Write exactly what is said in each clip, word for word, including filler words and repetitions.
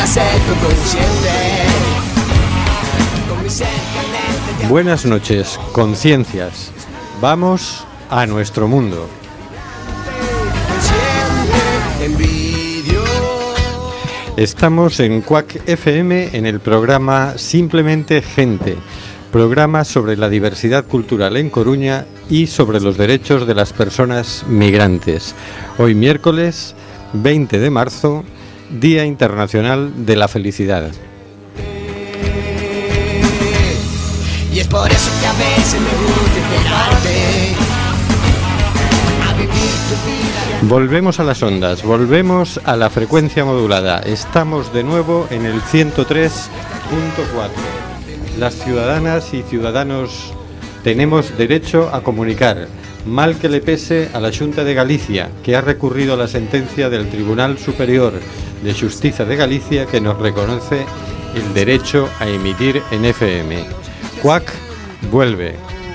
Buenas noches, conciencias. Vamos a nuestro mundo. Estamos en Quack F M en el programa Simplemente Gente, programa sobre la diversidad cultural en Coruña y sobre los derechos de las personas migrantes. Hoy miércoles veinte de marzo, Día Internacional de la Felicidad. Y es por eso que a veces me gusta esperarte a vivir tu vida. Volvemos a las ondas, volvemos a la frecuencia modulada. Estamos de nuevo en el ciento tres punto cuatro. Las ciudadanas y ciudadanos tenemos derecho a comunicar, mal que le pese a la Xunta de Galicia, que ha recurrido a la sentencia del Tribunal Superior de Xustiza de Galicia, que nos reconoce el derecho a emitir en F M. Quack vuelve.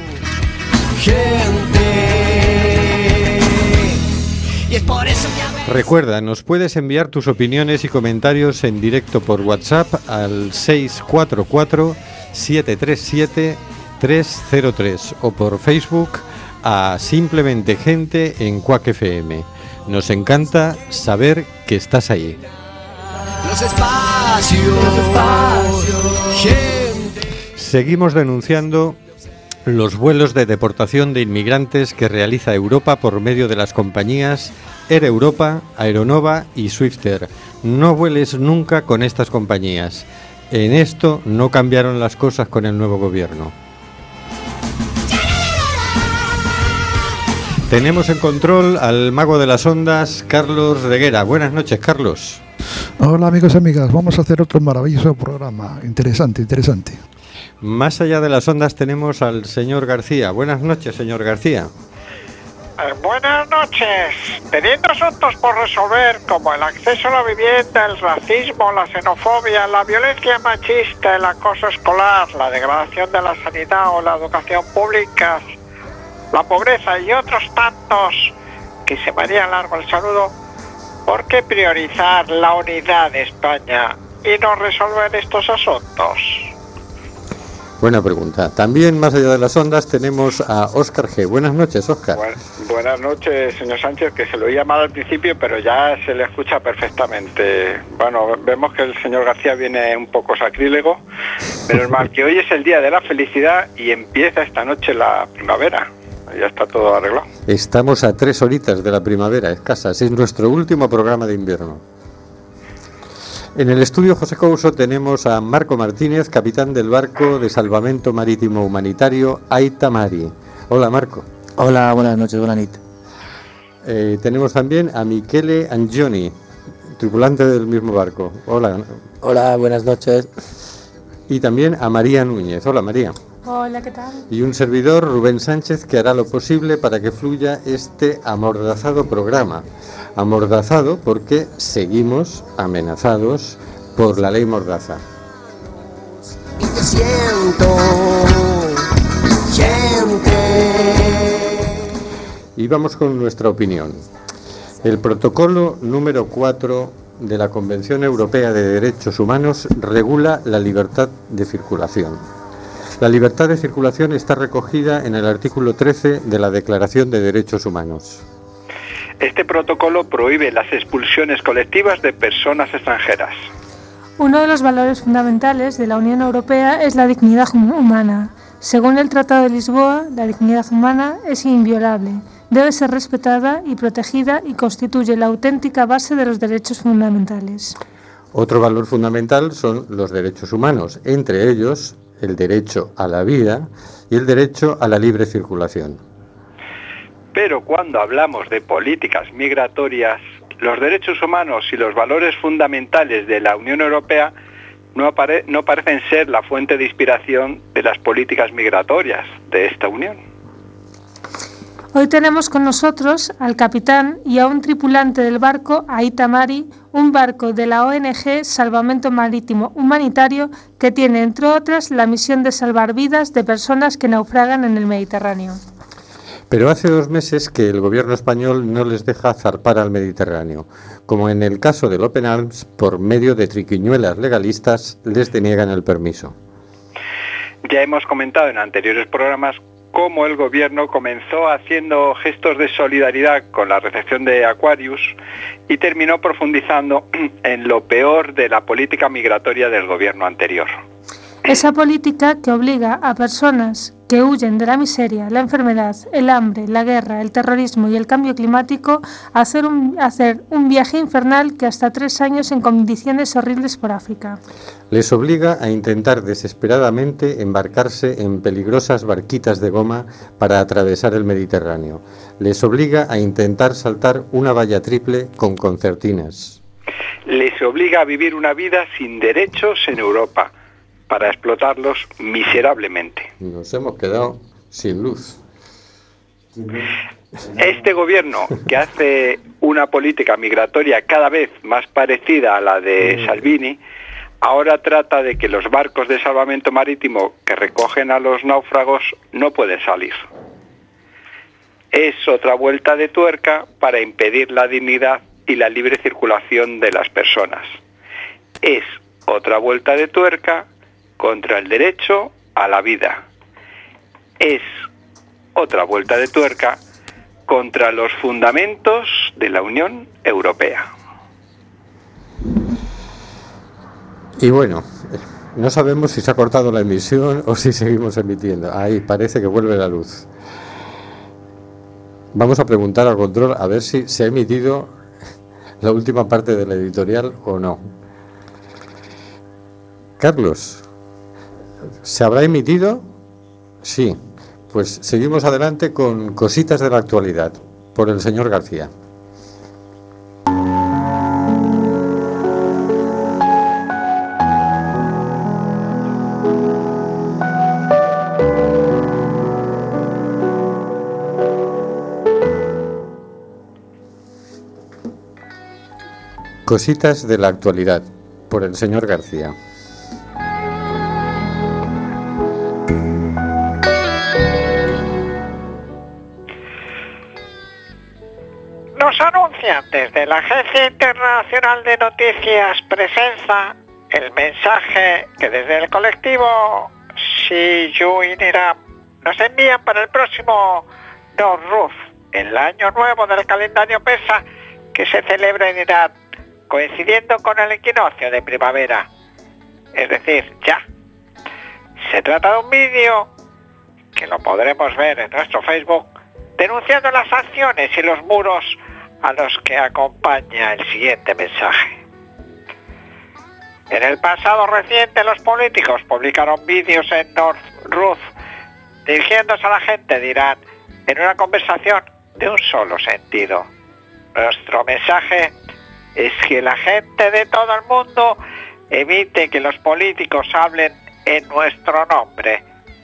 Recuerda, nos puedes enviar tus opiniones y comentarios en directo por WhatsApp al seis cuatro cuatro, siete tres siete, tres cero tres o por Facebook a Simplemente Gente en Quack F M. Nos encanta saber que estás ahí. Los espacios, los espacios, gente. Seguimos denunciando los vuelos de deportación de inmigrantes que realiza Europa por medio de las compañías Air Europa, Aeronova y Swifter. No vueles nunca con estas compañías. En esto no cambiaron las cosas con el nuevo gobierno. Tenemos en control al mago de las ondas, Carlos Reguera. Buenas noches, Carlos. Hola amigos y amigas, vamos a hacer otro maravilloso programa. Interesante, interesante. Más allá de las ondas tenemos al señor García. Buenas noches, señor García. Eh, buenas noches. Teniendo asuntos por resolver como el acceso a la vivienda, el racismo, la xenofobia, la violencia machista, el acoso escolar, la degradación de la sanidad o la educación pública, la pobreza y otros tantos, que se me haría largo el saludo, ¿por qué priorizar la unidad de España y no resolver estos asuntos? Buena pregunta. También más allá de las ondas tenemos a Óscar G. Buenas noches, Óscar. Bueno, buenas noches, señor Sánchez, que se lo oía mal al principio, pero ya se le escucha perfectamente. Bueno, vemos que el señor García viene un poco sacrílego, pero es mal que hoy es el día de la felicidad y empieza esta noche la primavera. Ya está todo arreglado. Estamos a tres horitas de la primavera, escasas. Es nuestro último programa de invierno. En el estudio José Couso tenemos a Marco Martínez, capitán del barco de salvamento marítimo humanitario Aita Mari. Hola, Marco. Hola, buenas noches, buenas noches. Eh, tenemos también a Michele Angioni, tripulante del mismo barco. Hola. Hola, buenas noches. Y también a María Núñez. Hola, María. Hola, ¿qué tal? Y un servidor, Rubén Sánchez, que hará lo posible para que fluya este amordazado programa. Amordazado porque seguimos amenazados por la ley Mordaza. Y te siento, gente. Y vamos con nuestra opinión. El protocolo número cuatro de la Convención Europea de Derechos Humanos regula la libertad de circulación. La libertad de circulación está recogida en el artículo trece de la Declaración de Derechos Humanos. Este protocolo prohíbe las expulsiones colectivas de personas extranjeras. Uno de los valores fundamentales de la Unión Europea es la dignidad humana. Según el Tratado de Lisboa, la dignidad humana es inviolable, debe ser respetada y protegida y constituye la auténtica base de los derechos fundamentales. Otro valor fundamental son los derechos humanos, entre ellos el derecho a la vida y el derecho a la libre circulación. Pero cuando hablamos de políticas migratorias, los derechos humanos y los valores fundamentales de la Unión Europea no, apare- no parecen ser la fuente de inspiración de las políticas migratorias de esta Unión. Hoy tenemos con nosotros al capitán y a un tripulante del barco Aita Mari, un barco de la O N G Salvamento Marítimo Humanitario que tiene, entre otras, la misión de salvar vidas de personas que naufragan en el Mediterráneo. Pero hace dos meses que el gobierno español no les deja zarpar al Mediterráneo. Como en el caso del Open Arms, por medio de triquiñuelas legalistas, les deniegan el permiso. Ya hemos comentado en anteriores programas cómo el gobierno comenzó haciendo gestos de solidaridad con la recepción de Aquarius y terminó profundizando en lo peor de la política migratoria del gobierno anterior. Esa política que obliga a personas que huyen de la miseria, la enfermedad, el hambre, la guerra, el terrorismo y el cambio climático a hacer un, a hacer un viaje infernal que hasta tres años en condiciones horribles por África. Les obliga a intentar desesperadamente embarcarse en peligrosas barquitas de goma para atravesar el Mediterráneo. Les obliga a intentar saltar una valla triple con concertinas. Les obliga a vivir una vida sin derechos en Europa, para explotarlos miserablemente. Nos hemos quedado sin luz. Este gobierno, que hace una política migratoria cada vez más parecida a la de Salvini, ahora trata de que los barcos de salvamento marítimo que recogen a los náufragos no pueden salir. Es otra vuelta de tuerca para impedir la dignidad y la libre circulación de las personas. Es otra vuelta de tuerca contra el derecho a la vida. Es otra vuelta de tuerca contra los fundamentos de la Unión Europea. Y bueno, no sabemos si se ha cortado la emisión o si seguimos emitiendo. Ahí parece que vuelve la luz. Vamos a preguntar al control a ver si se ha emitido la última parte de la editorial o no. Carlos, ¿se habrá emitido? Sí. Pues seguimos adelante con Cositas de la Actualidad, por el señor García. Cositas de la Actualidad, por el señor García. Nos anuncian desde la Agencia Internacional de Noticias Presenza el mensaje que desde el colectivo See You in Iran nos envían para el próximo Nowruz, el año nuevo del calendario persa que se celebra en Irán, coincidiendo con el equinoccio de primavera, es decir, ya. Se trata de un vídeo que lo podremos ver en nuestro Facebook, denunciando las acciones y los muros a los que acompaña el siguiente mensaje. En el pasado reciente, los políticos publicaron vídeos en Nowruz dirigiéndose a la gente de Irán en una conversación de un solo sentido. Nuestro mensaje es que la gente de todo el mundo evite que los políticos hablen en nuestro nombre.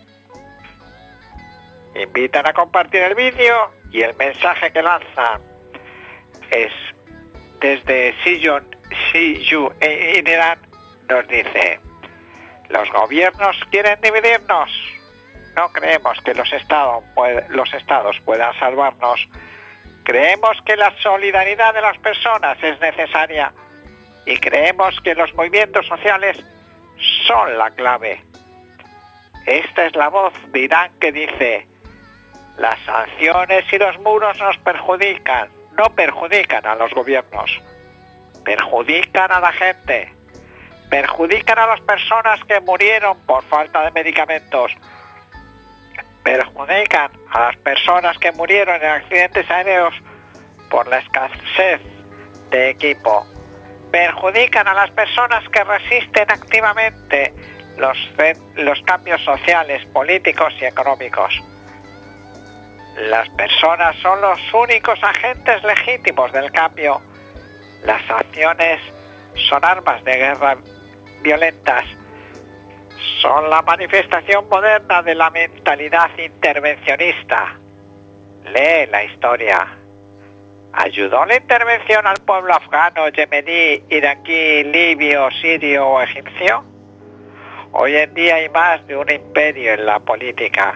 Invitan a compartir el vídeo y el mensaje que lanzan es desde See You in Iran nos dice: los gobiernos quieren dividirnos. No creemos que los estados, los estados puedan salvarnos. Creemos que la solidaridad de las personas es necesaria y creemos que los movimientos sociales son la clave. Esta es la voz de Irán que dice: las sanciones y los muros nos perjudican, no perjudican a los gobiernos, perjudican a la gente, perjudican a las personas que murieron por falta de medicamentos, perjudican a las personas que murieron en accidentes aéreos por la escasez de equipo, perjudican a las personas que resisten activamente los, los cambios sociales, políticos y económicos. Las personas son los únicos agentes legítimos del cambio. Las acciones son armas de guerra violentas. Son la manifestación moderna de la mentalidad intervencionista. Lee la historia. ¿Ayudó la intervención al pueblo afgano, yemení, iraquí, libio, sirio o egipcio? Hoy en día hay más de un imperio en la política.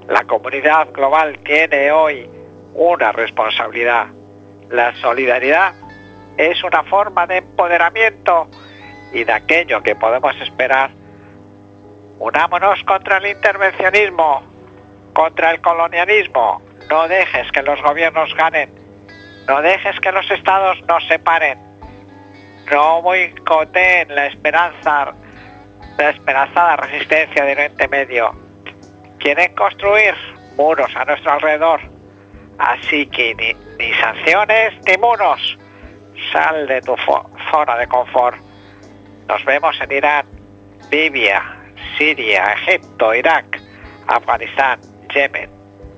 La comunidad global tiene hoy una responsabilidad. La solidaridad es una forma de empoderamiento y de aquello que podemos esperar. Unámonos contra el intervencionismo, contra el colonialismo. No dejes que los gobiernos ganen. No dejes que los estados nos separen. No boicoteen la esperanza, la esperanzada resistencia de Oriente Medio. Quieren construir muros a nuestro alrededor. Así que ni, ni sanciones ni muros. Sal de tu zona de confort. Nos vemos en Irán, Libia, Siria, Egipto, Irak, Afganistán, Yemen.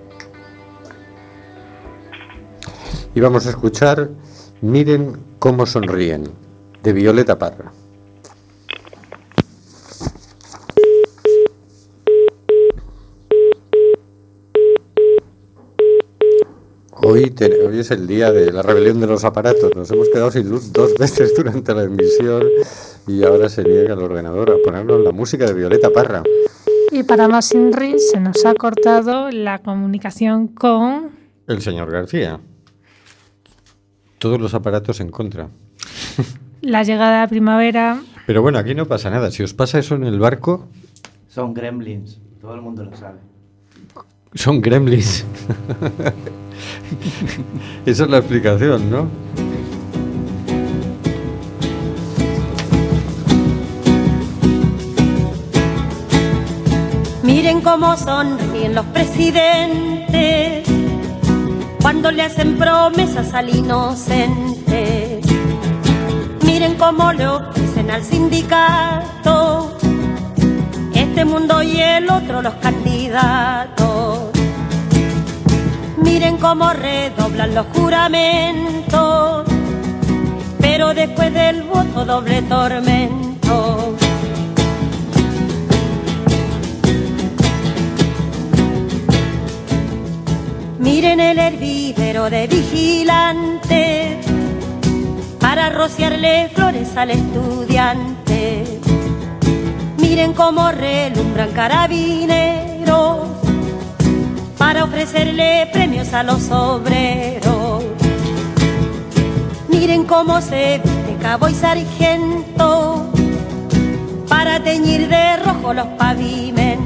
Y vamos a escuchar Miren cómo sonríen, de Violeta Parra. Hoy, te, hoy es el día de la rebelión de los aparatos. Nos hemos quedado sin luz dos veces durante la emisión y ahora se niega el ordenador a ponernos la música de Violeta Parra. Y para más Inri se nos ha cortado la comunicación con... el señor García. Todos los aparatos en contra. La llegada de la primavera... Pero bueno, aquí no pasa nada. Si os pasa eso en el barco... Son gremlins, todo el mundo lo sabe. Son gremlins. Esa es la explicación, ¿no? Miren cómo sonríen los presidentes cuando le hacen promesas al inocente. Miren cómo le ofrecen al sindicato este mundo y el otro los candidatos. Miren cómo redoblan los juramentos, pero después del voto doble tormento. Miren el hervidero de vigilantes para rociarle flores al estudiante. Miren cómo relumbran carabineros para ofrecerle premios a los obreros. Miren cómo se viste cabo y sargento para teñir de rojo los pavimentos.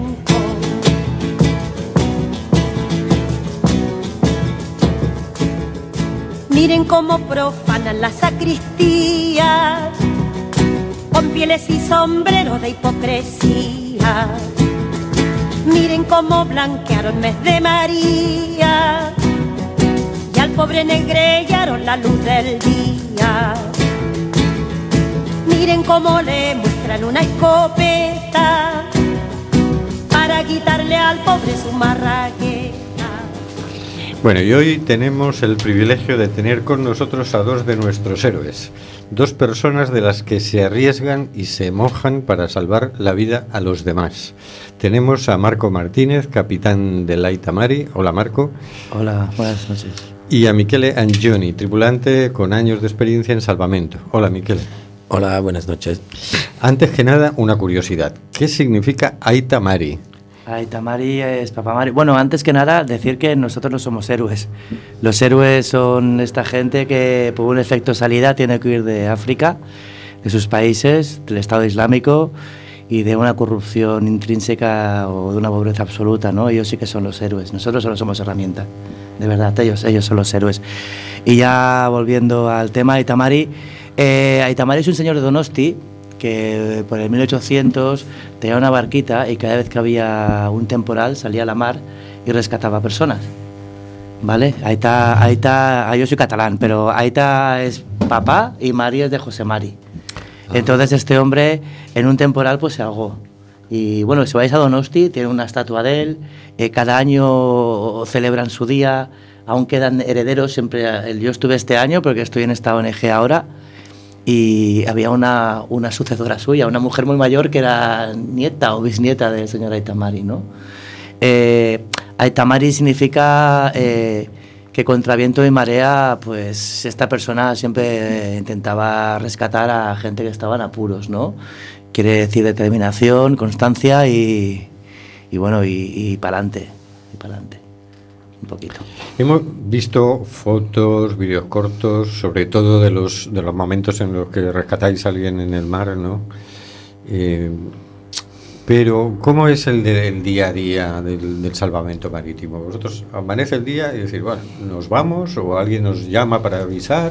Miren cómo profanan las sacristías con pieles y sombreros de hipocresía. Miren cómo blanquearon mes de María y al pobre negrellaron la luz del día. Miren cómo le muestran una escopeta para quitarle al pobre su marraqueta. Bueno, y hoy tenemos el privilegio de tener con nosotros a dos de nuestros héroes. Dos personas de las que se arriesgan y se mojan para salvar la vida a los demás. Tenemos a Marco Martínez, capitán del Aita Mari. Hola, Marco. Hola, buenas noches. Y a Michele Angioni, tripulante con años de experiencia en salvamento. Hola, Michele. Hola, buenas noches. Antes que nada, una curiosidad. ¿Qué significa Aita Mari? Aita Mari es Papá Mari. Bueno, antes que nada, decir que nosotros no somos héroes. Los héroes son esta gente que por un efecto salida tiene que huir de África, de sus países, del Estado Islámico y de una corrupción intrínseca o de una pobreza absoluta, ¿no? Ellos sí que son los héroes. Nosotros solo somos herramienta. De verdad, ellos, ellos son los héroes. Y ya volviendo al tema, Aita Mari, eh, Aita Mari es un señor de Donosti que por el mil ochocientos tenía una barquita y cada vez que había un temporal salía a la mar y rescataba personas, ¿vale? Aita, Aita, yo soy catalán, pero Aita es papá y Mari es de José Mari. Entonces este hombre en un temporal pues se ahogó. Y bueno, si vais a Donosti, tiene una estatua de él, eh, cada año celebran su día, aún quedan herederos, siempre. Yo estuve este año porque estoy en esta O N G ahora, y había una, una sucesora suya, una mujer muy mayor que era nieta o bisnieta del señor Aita Mari, ¿no? Eh, Aita Mari significa eh, que contra viento y marea, pues esta persona siempre eh, intentaba rescatar a gente que estaba en apuros, ¿no? Quiere decir determinación, constancia y, y bueno, y, y para adelante. para adelante. Un poquito. Hemos visto fotos, vídeos cortos, sobre todo de los de los momentos en los que rescatáis a alguien en el mar, ¿no? Eh, pero, ¿cómo es el del día a día del, del salvamento marítimo? ¿Vosotros amanece el día y decís, bueno, nos vamos o alguien nos llama para avisar?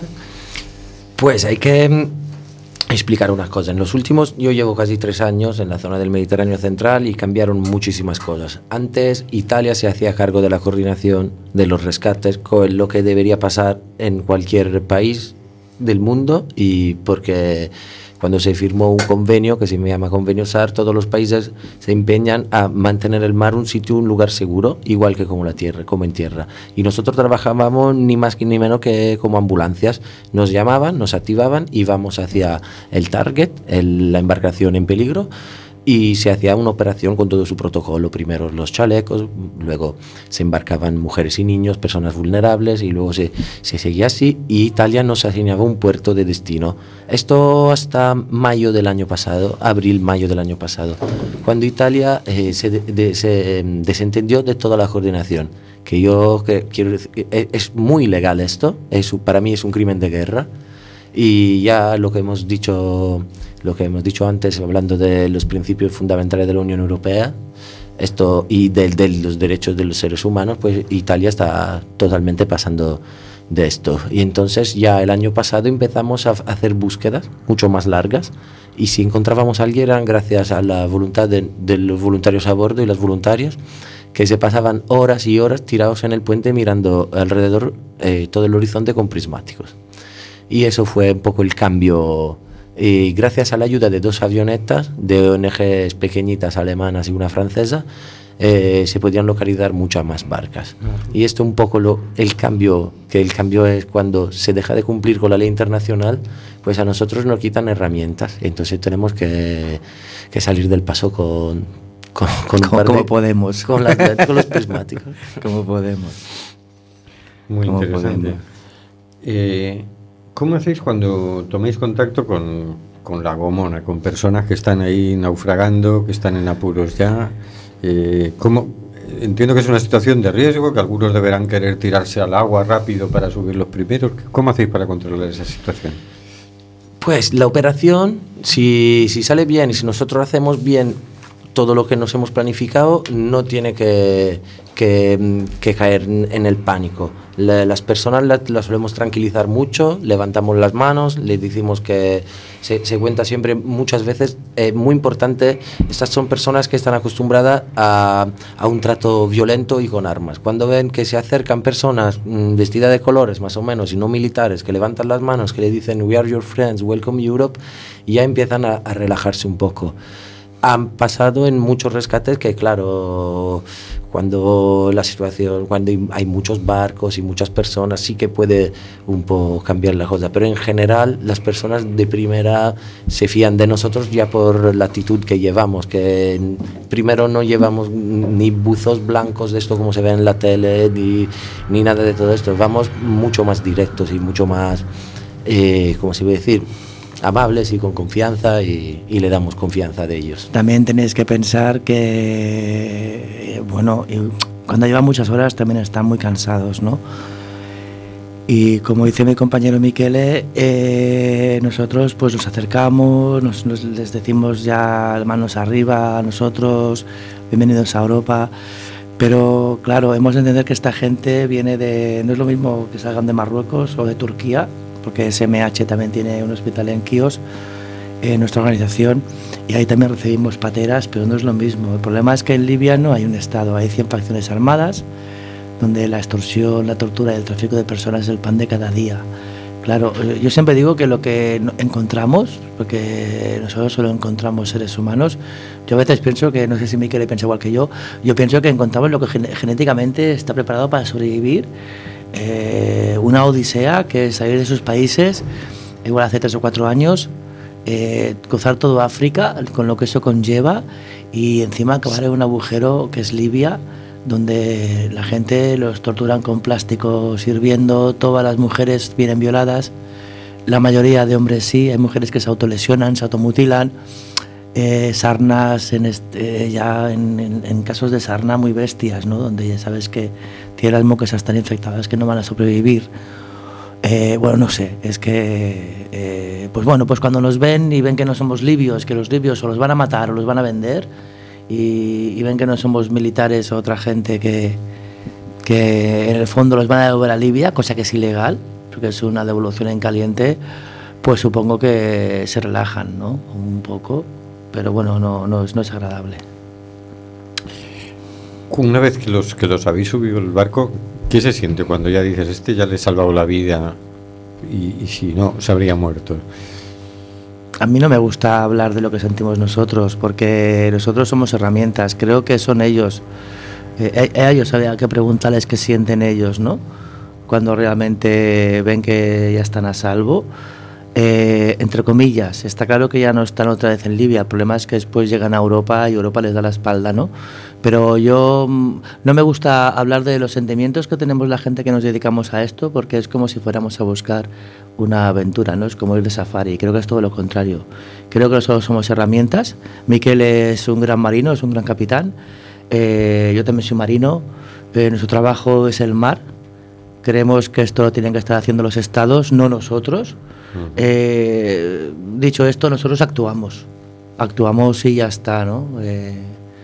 Pues hay que explicar unas cosas. En los últimos, yo llevo casi tres años en la zona del Mediterráneo Central y cambiaron muchísimas cosas. Antes Italia se hacía cargo de la coordinación de los rescates, con lo que debería pasar en cualquier país del mundo, y porque cuando se firmó un convenio que se llama Convenio S A R, todos los países se empeñan a mantener el mar un sitio, un lugar seguro, igual que como la tierra, como en tierra. Y nosotros trabajábamos ni más ni menos que como ambulancias. Nos llamaban, nos activaban, íbamos hacia el target, el, la embarcación en peligro, y se hacía una operación con todo su protocolo. Primero los chalecos, luego se embarcaban mujeres y niños, personas vulnerables, y luego se, se seguía así, y Italia nos asignaba un puerto de destino. Esto hasta mayo del año pasado, abril, mayo del año pasado, cuando Italia eh, se, de, de, se desentendió de toda la coordinación. Que yo que, quiero decir, es muy ilegal esto, es, para mí es un crimen de guerra, y ya lo que hemos dicho... Lo que hemos dicho antes, hablando de los principios fundamentales de la Unión Europea, esto y de, de los derechos de los seres humanos, pues Italia está totalmente pasando de esto. Y entonces ya el año pasado empezamos a hacer búsquedas mucho más largas, y si encontrábamos a alguien eran gracias a la voluntad de, de los voluntarios a bordo y las voluntarias, que se pasaban horas y horas tirados en el puente mirando alrededor eh, todo el horizonte con prismáticos. Y eso fue un poco el cambio. Y gracias a la ayuda de dos avionetas de O N Ges pequeñitas alemanas y una francesa, eh, se podían localizar muchas más barcas. Uh-huh. Y esto un poco lo, el cambio, que el cambio es cuando se deja de cumplir con la ley internacional, pues a nosotros nos quitan herramientas, entonces tenemos que, que salir del paso con, con, con un par ¿Cómo de, podemos? Con, las, con los prismáticos. ¿Cómo podemos? Muy ¿Cómo interesante. podemos? Eh, ¿Cómo hacéis cuando tomáis contacto con, con la Gomona, con personas que están ahí naufragando, que están en apuros ya? Eh, ¿cómo? Entiendo que es una situación de riesgo, que algunos deberán querer tirarse al agua rápido para subir los primeros. ¿Cómo hacéis para controlar esa situación? Pues la operación, si, si sale bien y si nosotros hacemos bien todo lo que nos hemos planificado, no tiene que, que, que caer en el pánico. La, las personas las, las solemos tranquilizar mucho, levantamos las manos, les decimos que se, se cuenta siempre muchas veces, eh, muy importante, estas son personas que están acostumbradas a, a un trato violento y con armas. Cuando ven que se acercan personas mmm, vestidas de colores más o menos y no militares, que levantan las manos, que le dicen "We are your friends, welcome Europe", y ya empiezan a, a relajarse un poco. Han pasado en muchos rescates que, claro, cuando la situación, cuando hay muchos barcos y muchas personas, sí que puede un poco cambiar la cosa, pero en general las personas de primera se fían de nosotros ya por la actitud que llevamos, que primero no llevamos ni buzos blancos de esto como se ve en la tele, ni, ni nada de todo esto, vamos mucho más directos y mucho más, eh, ¿cómo se iba a decir?, amables y con confianza, y, y le damos confianza de ellos. También tenéis que pensar que, bueno, cuando llevan muchas horas también están muy cansados, ¿no? Y como dice mi compañero Michele, eh, nosotros pues nos acercamos, nos, nos, les decimos ya manos arriba a nosotros, bienvenidos a Europa. Pero claro, hemos de entender que esta gente viene de, no es lo mismo que salgan de Marruecos o de Turquía, porque S M H también tiene un hospital en Quíos, en nuestra organización, y ahí también recibimos pateras, pero no es lo mismo. El problema es que en Libia no hay un Estado, hay cien facciones armadas, donde la extorsión, la tortura y el tráfico de personas es el pan de cada día. Claro, yo siempre digo que lo que encontramos, porque nosotros solo encontramos seres humanos, yo a veces pienso que, no sé si Miquel piensa igual que yo, yo pienso que encontramos lo que genéticamente está preparado para sobrevivir, eh, una odisea que es salir de sus países, igual hace tres o cuatro años, eh, cruzar todo África con lo que eso conlleva, y encima acabar en un agujero que es Libia, donde la gente los torturan con plásticos hirviendo, todas las mujeres vienen violadas, la mayoría de hombres sí, hay mujeres que se autolesionan, se automutilan. eh, sarnas en este, ya en, en, en casos de sarna muy bestias, ¿no? Donde ya sabes que tienen las mucosas están infectadas que no van a sobrevivir. Eh, bueno, no sé, es que, eh, pues bueno, pues cuando nos ven y ven que no somos libios, que los libios o los van a matar o los van a vender, y, y ven que no somos militares o otra gente que, que en el fondo los van a devolver a Libia, cosa que es ilegal, porque es una devolución en caliente, pues supongo que se relajan, ¿no? Un poco, pero bueno, no, no, es, no es agradable. Una vez que los, que los habéis subido al barco, ¿qué se siente cuando ya dices, este ya le he salvado la vida y, y si no, se habría muerto? A mí no me gusta hablar de lo que sentimos nosotros, porque nosotros somos herramientas, creo que son ellos, eh, a ellos había que preguntarles qué sienten ellos, ¿no? Cuando realmente ven que ya están a salvo. Eh, entre comillas, está claro que ya no están otra vez en Libia, el problema es que después llegan a Europa y Europa les da la espalda, ¿no? Pero yo no me gusta hablar de los sentimientos que tenemos la gente que nos dedicamos a esto, porque es como si fuéramos a buscar una aventura, ¿no? Es como ir de safari, creo que es todo lo contrario. Creo que nosotros somos herramientas. Miquel es un gran marino, es un gran capitán, eh, yo también soy marino, eh, nuestro trabajo es el mar, creemos que esto lo tienen que estar haciendo los estados, no nosotros. Eh, dicho esto, nosotros actuamos, actuamos y ya está, ¿no? Eh,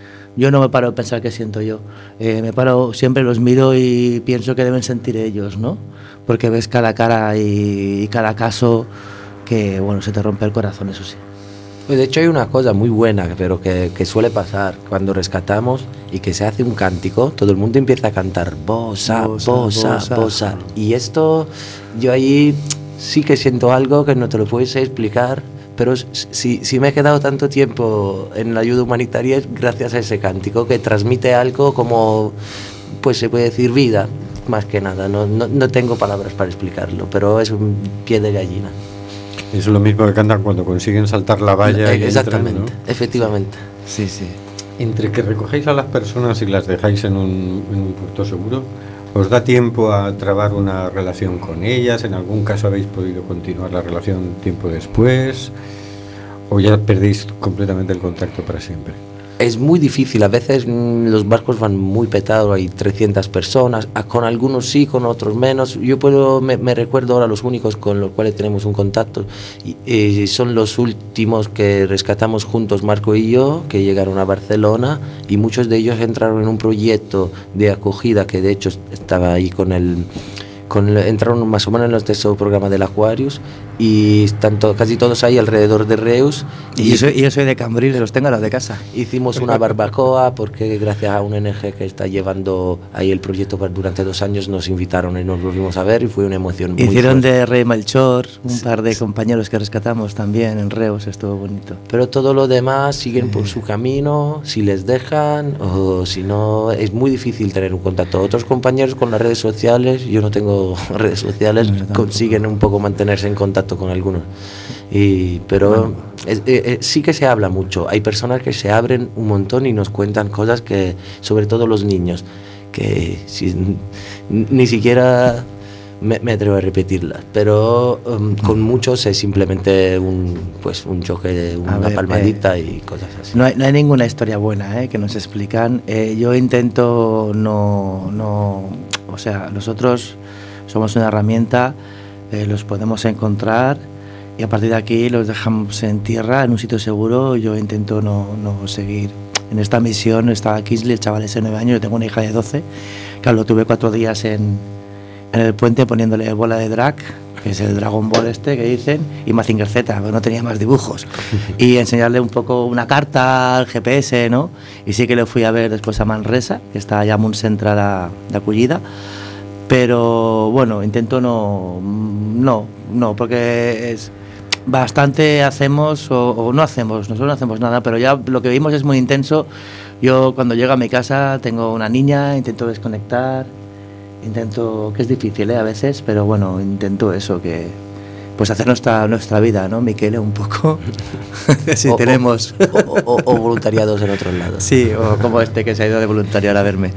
yo no me paro a pensar qué siento yo, eh, me paro, siempre los miro y pienso que deben sentir ellos, ¿no? Porque ves cada cara y, y cada caso que, bueno, se te rompe el corazón, eso sí. Pues de hecho hay una cosa muy buena, pero que, que suele pasar cuando rescatamos y que se hace un cántico, todo el mundo empieza a cantar bosa, bosa, bosa, bosa, bosa. Y esto, yo ahí sí que siento algo que no te lo puedes explicar, pero si, si me he quedado tanto tiempo en la ayuda humanitaria es gracias a ese cántico que transmite algo como, pues se puede decir vida, más que nada, no, no, no tengo palabras para explicarlo, pero es un pie de gallina. Es lo mismo que cantan cuando consiguen saltar la valla. Eh, exactamente, entran, ¿no? Efectivamente. Sí, sí. Entre que recogéis a las personas y las dejáis en un, en un puerto seguro, ¿os da tiempo a trabar una relación con ellas? ¿En algún caso habéis podido continuar la relación tiempo después? ¿O ya perdéis completamente el contacto para siempre? Es muy difícil, a veces mmm, los barcos van muy petados, hay trescientas personas, con algunos sí, con otros menos. Yo puedo, me, me recuerdo ahora los únicos con los cuales tenemos un contacto y, y son los últimos que rescatamos juntos, Marco y yo, que llegaron a Barcelona, y muchos de ellos entraron en un proyecto de acogida que de hecho estaba ahí con el... Con, entraron más o menos en nuestro programa del Aquarius y están to, casi todos ahí alrededor de Reus. Y, y yo, soy, yo soy de Cambrils, los tengo a los de casa. Hicimos una barbacoa porque gracias a una O N G que está llevando ahí el proyecto durante dos años nos invitaron y nos volvimos a ver y fue una emoción muy Hicieron fuerte. De Rey Melchor, un sí, par de sí. compañeros que rescatamos también en Reus, estuvo bonito. Pero todo lo demás siguen sí. por su camino, si les dejan o si no, es muy difícil tener un contacto. Otros compañeros con las redes sociales, yo no tengo redes sociales, no, consiguen un poco mantenerse en contacto con algunos, y, pero bueno. es, es, sí que se habla mucho, hay personas que se abren un montón y nos cuentan cosas que, sobre todo los niños, que si, ni siquiera me, me atrevo a repetirlas, pero um, con muchos es simplemente un, pues, un choque, una ver, palmadita eh, y cosas así. No hay, no hay ninguna historia buena eh, que nos explican. Eh, yo intento no, no, o sea, nosotros somos una herramienta, eh, los podemos encontrar y a partir de aquí los dejamos en tierra, en un sitio seguro. Yo intento no, no seguir en esta misión. Estaba Kingsley, el chaval ese de nueve años, yo tengo una hija de doce, claro, lo tuve cuatro días en, en el puente poniéndole bola de drag, que es el Dragon Ball este que dicen, y Mazinger Z, porque no tenía más dibujos, y enseñarle un poco una carta al G P S, ¿no? Y sí que le fui a ver después a Manresa, que está allà a Montcentre de, de acollida, pero bueno, intento no, no, no, porque es bastante hacemos o, o no hacemos, nosotros no hacemos nada, pero ya lo que vimos es muy intenso. Yo cuando llego a mi casa tengo una niña, intento desconectar, intento, que es difícil ¿eh? a veces, pero bueno, intento eso, que pues hacer nuestra nuestra vida, ¿no, Miquel? Un poco, si o, tenemos. O, o, o voluntariados en otros lados. Sí, o como este que se ha ido de voluntariado a verme.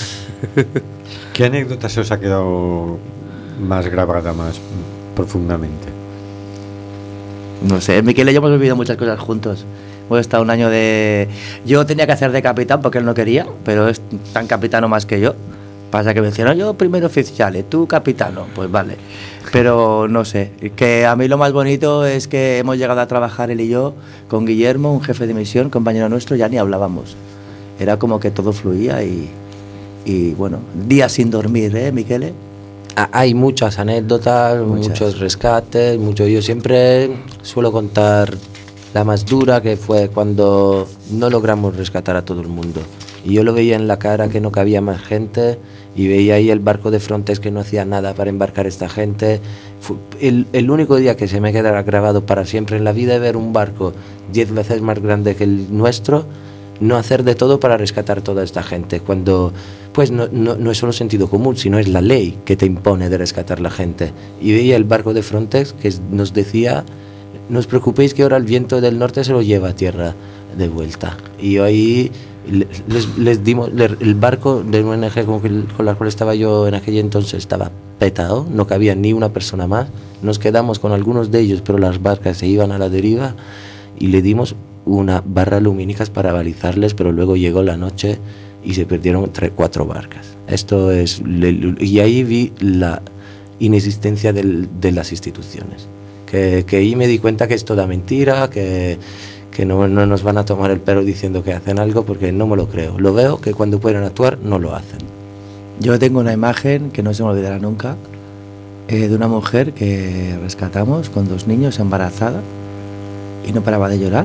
¿Qué anécdota se os ha quedado más grabada, más profundamente? No sé, Miquel y yo hemos vivido muchas cosas juntos, Hemos estado un año de... Yo tenía que hacer de capitán porque él no quería, pero es tan capitano más que yo. Pasa que me decían, no, yo primero oficial, tú capitano, pues vale. Pero no sé, que a mí lo más bonito es que hemos llegado a trabajar él y yo con Guillermo, un jefe de misión, compañero nuestro, ya ni hablábamos. Era como que todo fluía y, y bueno, días sin dormir, ¿eh, Miquele? Hay muchas anécdotas, muchas. muchos rescates, mucho. Yo siempre suelo contar la más dura, que fue cuando no logramos rescatar a todo el mundo. Y yo lo veía en la cara que no cabía más gente, y veía ahí el barco de Frontex que no hacía nada para embarcar esta gente. Fue el, el único día que se me quedará grabado para siempre en la vida es ver un barco diez veces más grande que el nuestro no hacer de todo para rescatar toda esta gente, cuando pues no, no, no es solo sentido común, sino es la ley que te impone de rescatar la gente. Y veía el barco de Frontex que nos decía, no os preocupéis que ahora el viento del norte se lo lleva a tierra de vuelta. Y yo ahí les, les dimos, el barco de O N G con, con la cual estaba yo en aquel entonces estaba petado, no cabía ni una persona más. Nos quedamos con algunos de ellos, pero las barcas se iban a la deriva, y le dimos una barra lumínicas para balizarles, pero luego llegó la noche y se perdieron tres, cuatro barcas. Esto es, y ahí vi la inexistencia del, de las instituciones, que, que ahí me di cuenta que es toda mentira, que, que no, no nos van a tomar el pelo diciendo que hacen algo, porque no me lo creo. Lo veo que cuando pueden actuar no lo hacen. Yo tengo una imagen que no se me olvidará nunca, eh, de una mujer que rescatamos con dos niños, embarazada, y no paraba de llorar.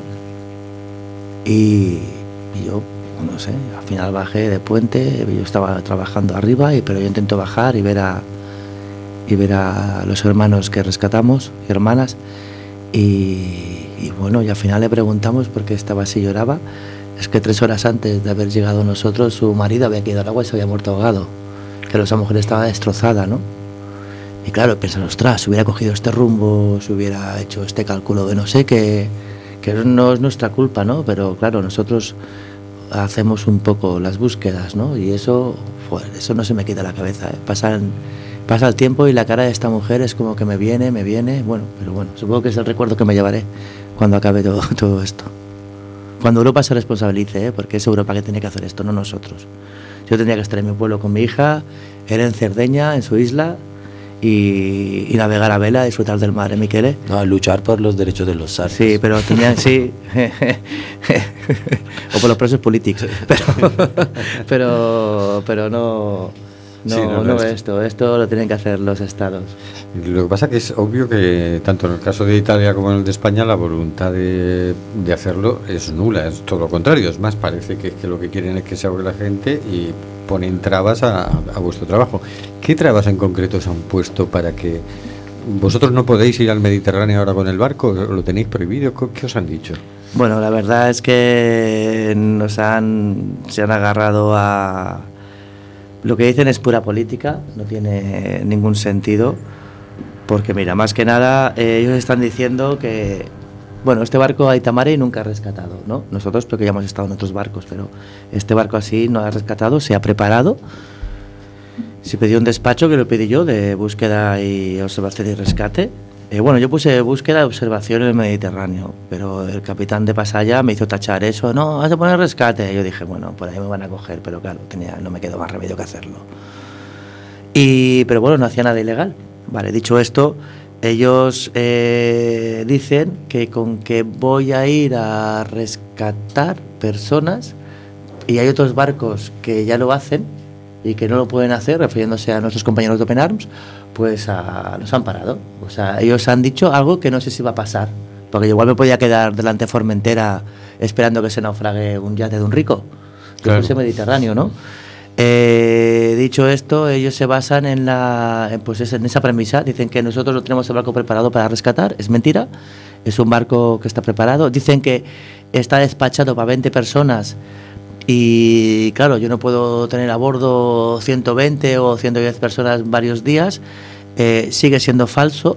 Y, y yo, no sé, al final bajé de puente, yo estaba trabajando arriba, y, pero yo intento bajar y ver a y ver a los hermanos que rescatamos, hermanas, y, y bueno, y al final le preguntamos por qué estaba así, lloraba. Es que tres horas antes de haber llegado nosotros, su marido había caído al agua y se había muerto ahogado, que esa mujer estaba destrozada, ¿no? Y claro, piensan, ostras, si hubiera cogido este rumbo, si hubiera hecho este cálculo de no sé qué, que no es nuestra culpa, ¿no? Pero claro, nosotros hacemos un poco las búsquedas, ¿no? Y eso, pues, eso no se me quita la cabeza, ¿eh? Pasan, pasa el tiempo y la cara de esta mujer es como que me viene, me viene, bueno, pero bueno, supongo que es el recuerdo que me llevaré cuando acabe todo, todo esto. Cuando Europa se responsabilice, ¿eh? Porque es Europa que tiene que hacer esto, no nosotros. Yo tendría que estar en mi pueblo con mi hija, él en Cerdeña, en su isla, Y, y navegar a vela, disfrutar del mar, ¿eh, Miquele? No, luchar por los derechos de los sardos. Sí, pero tenían, sí, o por los presos políticos, pero, pero, pero no, no, sí, no, no esto, esto lo tienen que hacer los estados. Lo que pasa que es obvio que tanto en el caso de Italia como en el de España la voluntad de, de hacerlo es nula, es todo lo contrario, es más, parece que, que lo que quieren es que se ahogue la gente y ponen trabas a, a vuestro trabajo. ¿Qué trabas en concreto se han puesto para que vosotros no podéis ir al Mediterráneo ahora con el barco? ¿Lo tenéis prohibido? ¿Qué os han dicho? Bueno, la verdad es que nos han, se han agarrado a... Lo que dicen es pura política, no tiene ningún sentido, porque mira, más que nada eh, ellos están diciendo que, bueno, este barco a Itamare nunca ha rescatado, ¿no? Nosotros porque ya hemos estado en otros barcos, pero este barco así no ha rescatado, se ha preparado, se pidió un despacho que lo pedí yo de búsqueda y observación y rescate. Eh, bueno, yo puse búsqueda y observación en el Mediterráneo, pero el capitán de Pasaya me hizo tachar eso, no, has de poner rescate. Yo dije, bueno, por ahí me van a coger, pero claro, tenía, no me quedó más remedio que hacerlo. Y, pero bueno, no hacía nada ilegal. Vale, dicho esto, ellos eh, dicen que con que voy a ir a rescatar personas, y hay otros barcos que ya lo hacen y que no lo pueden hacer, refiriéndose a nuestros compañeros de Open Arms, pues a, nos han parado. O sea, ellos han dicho algo que no sé si va a pasar, porque igual me podía quedar delante de Formentera esperando que se naufrague un yate de un rico, que claro. Es el Mediterráneo, ¿no? Eh, dicho esto, ellos se basan en la, pues es en esa premisa. Dicen que nosotros no tenemos el barco preparado para rescatar. Es mentira, es un barco que está preparado. Dicen que está despachado para veinte personas y claro, yo no puedo tener a bordo ciento veinte o ciento diez personas varios días. Eh, sigue siendo falso.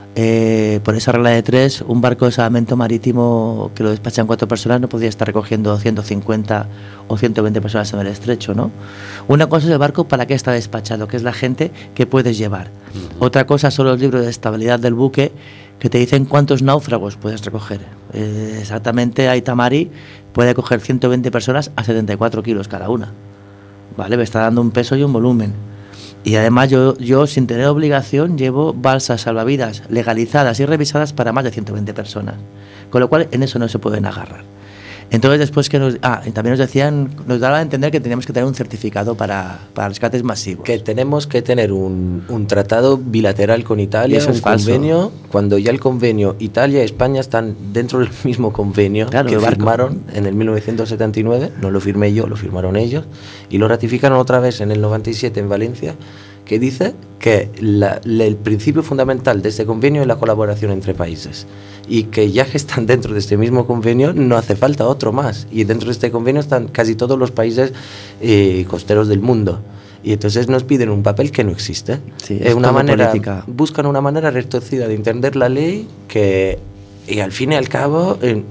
Eh, por esa regla de tres, un barco de salvamento marítimo que lo despachan cuatro personas no podría estar recogiendo ciento cincuenta o ciento veinte personas en el estrecho, ¿no? Una cosa es el barco para qué está despachado, que es la gente que puedes llevar. Uh-huh. Otra cosa son los libros de estabilidad del buque que te dicen cuántos náufragos puedes recoger. Eh, exactamente, Aita Mari puede coger ciento veinte personas a setenta y cuatro kilos cada una, ¿vale? Me está dando un peso y un volumen. Y además yo, yo sin tener obligación llevo balsas salvavidas legalizadas y revisadas para más de ciento veinte personas, con lo cual en eso no se pueden agarrar. Entonces después que nos... Ah, y también nos decían, nos daban a entender que teníamos que tener un certificado para, para rescates masivos. Que tenemos que tener un, un tratado bilateral con Italia, un convenio, cuando ya el convenio, Italia y España están dentro del mismo convenio, claro, que firmaron en el mil novecientos setenta y nueve, no lo firmé yo, lo firmaron ellos, y lo ratificaron otra vez en el noventa y siete en Valencia, que dice que la, la, el principio fundamental de este convenio es la colaboración entre países, y que ya que están dentro de este mismo convenio no hace falta otro más, y dentro de este convenio están casi todos los países eh, costeros del mundo, y entonces nos piden un papel que no existe. Sí, es una manera, política. Buscan una manera retorcida de entender la ley que, y al fin y al cabo eh,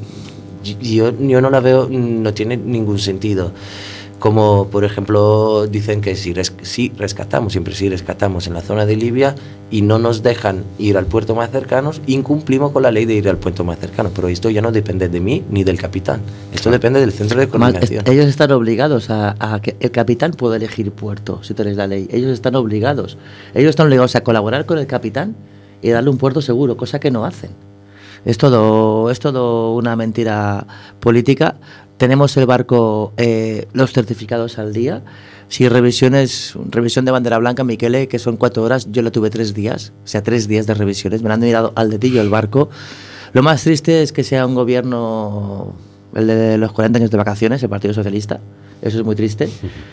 yo, yo no la veo, no tiene ningún sentido. Como por ejemplo dicen que si, res, si rescatamos, siempre si rescatamos en la zona de Libia y no nos dejan ir al puerto más cercano, incumplimos con la ley de ir al puerto más cercano, pero esto ya no depende de mí ni del capitán, esto depende del centro de coordinación. Ellos están obligados a, a que el capitán pueda elegir puerto, si tú eres la ley, ellos están obligados, ellos están obligados a colaborar con el capitán y darle un puerto seguro, cosa que no hacen. Es todo, es todo una mentira política. Tenemos el barco, eh, los certificados al día. Si revisiones, revisión de bandera blanca, Miquele, que son cuatro horas, yo la tuve tres días, o sea, tres días de revisiones. Me han mirado al dedillo el barco. Lo más triste es que sea un gobierno, el de los cuarenta años de vacaciones, el Partido Socialista. Eso es muy triste.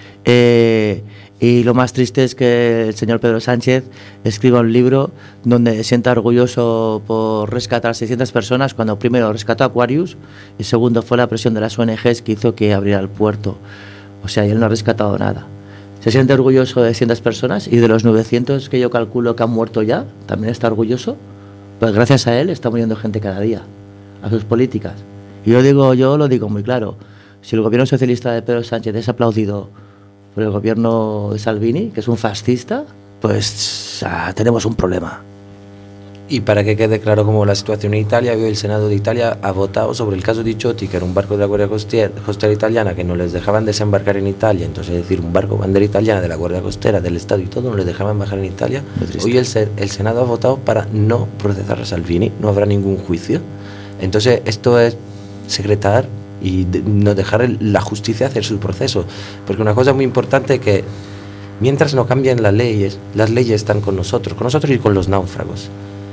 Eh, y lo más triste es que el señor Pedro Sánchez escriba un libro donde se sienta orgulloso por rescatar seiscientas personas, cuando primero rescató Aquarius y segundo fue la presión de las O N Ges que hizo que abriera el puerto. O sea, y él no ha rescatado nada. Se siente orgulloso de seiscientas personas y de los novecientos que yo calculo que han muerto ya, también está orgulloso. Pues gracias a él está muriendo gente cada día, a sus políticas. Y yo digo, yo lo digo muy claro, si el gobierno socialista de Pedro Sánchez es aplaudido por el gobierno de Salvini, que es un fascista, pues ah, tenemos un problema. Y para que quede claro cómo la situación en Italia, hoy el Senado de Italia ha votado sobre el caso di Ciotti, que era un barco de la Guardia Costera, Costera Italiana, que no les dejaban desembarcar en Italia, entonces es decir, un barco bandera italiana de la Guardia Costera, del Estado y todo, no les dejaban bajar en Italia. Hoy el, el Senado ha votado para no procesar a Salvini, no habrá ningún juicio. Entonces esto es secretar y de, no dejar el, la justicia hacer su proceso, porque una cosa muy importante es que mientras no cambien las leyes, las leyes están con nosotros, con nosotros y con los náufragos.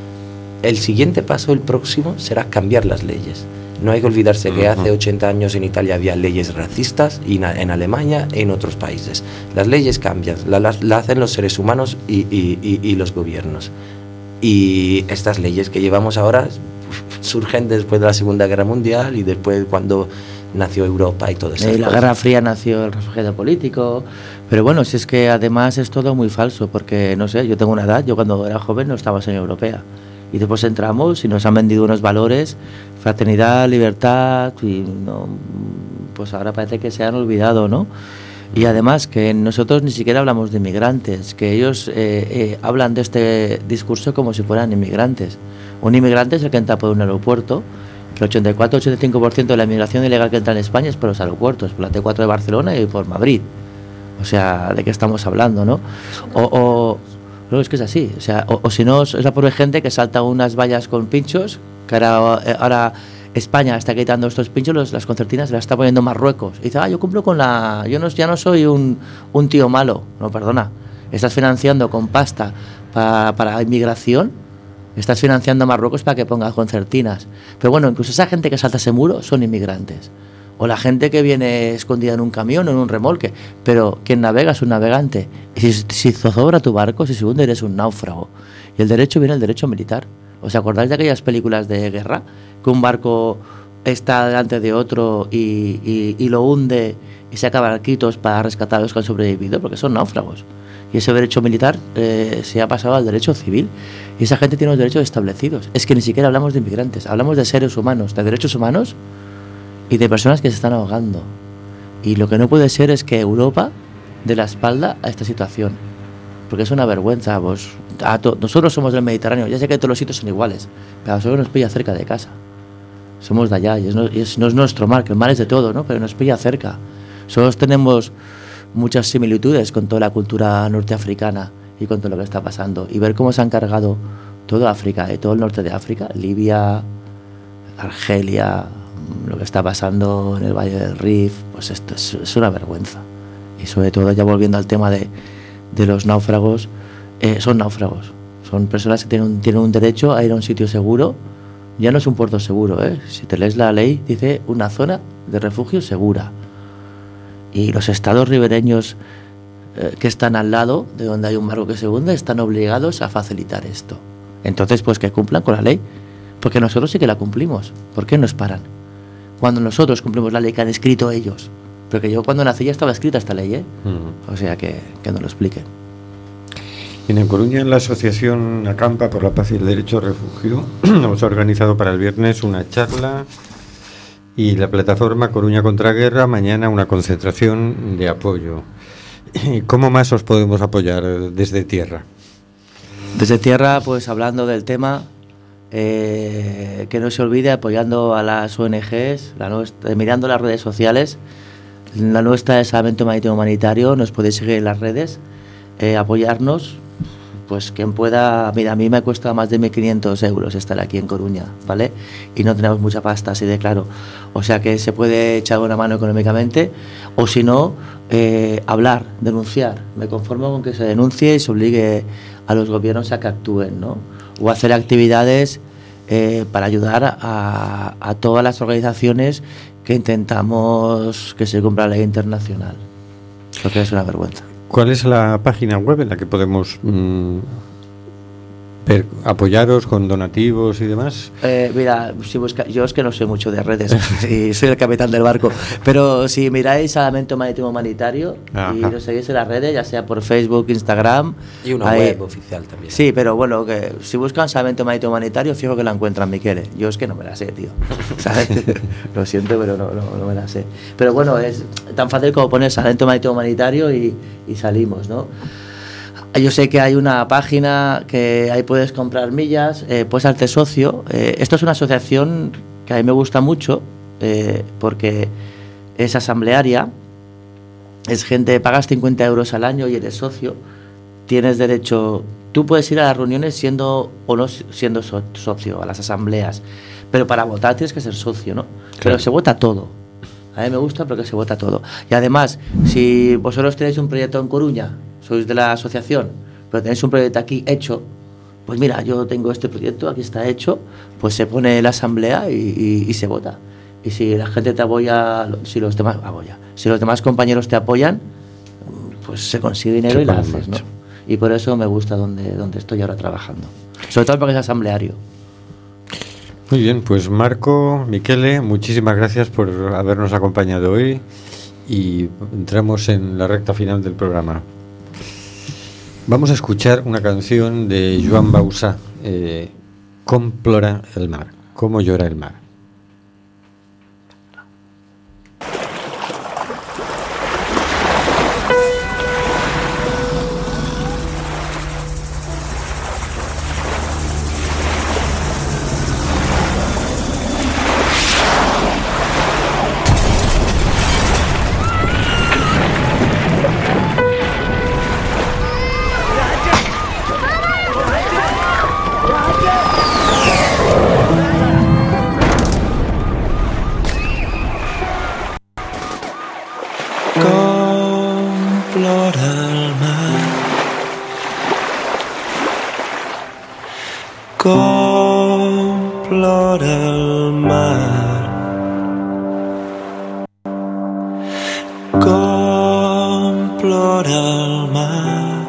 El siguiente paso, el próximo, será cambiar las leyes. No hay que olvidarse uh-huh. que hace ochenta años en Italia había leyes racistas, y na, en Alemania e en otros países. Las leyes cambian, las la, la hacen los seres humanos y, y, y, y los gobiernos. Y estas leyes que llevamos ahora surgen después de la Segunda Guerra Mundial y después cuando nació Europa y todo eso. Y la Guerra Fría nació el refugiado político, pero bueno, si es que además es todo muy falso, porque no sé, yo tengo una edad, yo cuando era joven no estaba en la Unión Europea, y después entramos y nos han vendido unos valores, fraternidad, libertad, y no, pues ahora parece que se han olvidado, ¿no? Y además que nosotros ni siquiera hablamos de inmigrantes, que ellos eh, eh, hablan de este discurso como si fueran inmigrantes. Un inmigrante es el que entra por un aeropuerto, que el ochenta y cuatro a ochenta y cinco por ciento de la inmigración ilegal que entra en España es por los aeropuertos, por la T cuatro de Barcelona y por Madrid. O sea, ¿de qué estamos hablando, no? O, o no, es que es así. O sea, o, o si no, es la pobre gente que salta unas vallas con pinchos, que ahora, ahora España está quitando estos pinchos, los, las concertinas se las está poniendo Marruecos. Y dice, ah, yo cumplo con la... Yo no, ya no soy un, un tío malo. No, perdona. Estás financiando con pasta para, para inmigración. Estás financiando a Marruecos para que ponga concertinas. Pero bueno, incluso esa gente que salta ese muro son inmigrantes. O la gente que viene escondida en un camión o en un remolque. Pero quien navega es un navegante. Y si, si zozobra tu barco, si se hunde, eres un náufrago. Y el derecho viene el derecho militar. ¿Os acordáis de aquellas películas de guerra? Que un barco está delante de otro y, y, y lo hunde y saca barquitos para rescatar a los que han sobrevivido, porque son náufragos. y ese derecho militar eh, se ha pasado al derecho civil, y esa gente tiene los derechos establecidos. Es que ni siquiera hablamos de inmigrantes, hablamos de seres humanos, de derechos humanos y de personas que se están ahogando. Y lo que no puede ser es que Europa dé la espalda a esta situación, porque es una vergüenza. Pues, a to- nosotros somos del Mediterráneo, ya sé que todos los sitios son iguales, pero a nosotros nos pilla cerca de casa. Somos de allá y, es no, y es, no es nuestro mar, que el mar es de todo, ¿no? Pero nos pilla cerca. Nosotros tenemos muchas similitudes con toda la cultura norteafricana y con todo lo que está pasando. Y ver cómo se han cargado toda África y todo el norte de África, Libia, Argelia, lo que está pasando en el Valle del Rif, pues esto es, es una vergüenza. Y sobre todo, ya volviendo al tema de, de los náufragos, eh, son náufragos. Son personas que tienen un, tienen un derecho a ir a un sitio seguro. Ya no es un puerto seguro, ¿eh? Si te lees la ley, dice una zona de refugio segura. Y los estados ribereños eh, que están al lado de donde hay un barco que se hunde están obligados a facilitar esto. Entonces, pues que cumplan con la ley, porque nosotros sí que la cumplimos. ¿Por qué nos paran? Cuando nosotros cumplimos la ley que han escrito ellos. Porque yo cuando nací ya estaba escrita esta ley, ¿eh? Uh-huh. O sea, que, que nos lo expliquen. En Coruña, la Asociación Acampa por la Paz y el Derecho a Refugio hemos organizado para el viernes una charla, y la plataforma Coruña contra Guerra mañana una concentración de apoyo. ¿Cómo más os podemos apoyar desde tierra? Desde tierra, pues hablando del tema, eh, que no se olvide apoyando a las O N Ges, la nuestra, mirando las redes sociales. La nuestra es Salvamento Marítimo Humanitario, nos podéis seguir en las redes, eh, apoyarnos. Pues quien pueda, mira, a mí me cuesta más de mil quinientos euros estar aquí en Coruña, ¿vale? Y no tenemos mucha pasta, así de claro. O sea que se puede echar una mano económicamente, o si no, eh, hablar, denunciar. Me conformo con que se denuncie y se obligue a los gobiernos a que actúen, ¿no? O hacer actividades eh, para ayudar a, a todas las organizaciones que intentamos que se cumpla la ley internacional. Porque es una vergüenza. ¿Cuál es la página web en la que podemos mmm, per, apoyaros con donativos y demás? Eh, mira, si busca, yo es que no sé mucho de redes y soy el capitán del barco, pero si miráis Salvamento Marítimo Humanitario Ajá. y nos seguís en las redes, ya sea por Facebook, Instagram... Y una hay, web oficial también. Sí, pero bueno, que si buscan Salvamento Marítimo Humanitario, fijo que la encuentran, Miquele. Yo es que no me la sé, tío. ¿Sabes? Lo siento, pero no, no, no me la sé. Pero bueno, es tan fácil como poner Salvamento Marítimo Humanitario y, y salimos, ¿no? Yo sé que hay una página que ahí puedes comprar millas, eh, puedes hacerte socio. Eh, esto es una asociación que a mí me gusta mucho eh, porque es asamblearia, es gente, pagas cincuenta euros al año y eres socio, tienes derecho, tú puedes ir a las reuniones siendo o no siendo so, socio, a las asambleas, pero para votar tienes que ser socio, ¿no? Claro. Pero se vota todo. A mí me gusta porque se vota todo. Y además, si vosotros tenéis un proyecto en Coruña, sois de la asociación, pero tenéis un proyecto aquí hecho, pues mira, yo tengo este proyecto, aquí está hecho, pues se pone la asamblea y, y, y se vota. Y si la gente te apoya, si los demás apoya, si los demás compañeros te apoyan, pues se consigue dinero y la haces, ¿no? Y por eso me gusta donde, donde estoy ahora trabajando. Sobre todo porque es asambleario. Muy bien, pues Marco, Miquele, muchísimas gracias por habernos acompañado hoy y entramos en la recta final del programa. Vamos a escuchar una canción de Joan Bausá, eh, Com plora el mar, cómo llora el mar. Com plora el mar, com plora el mar,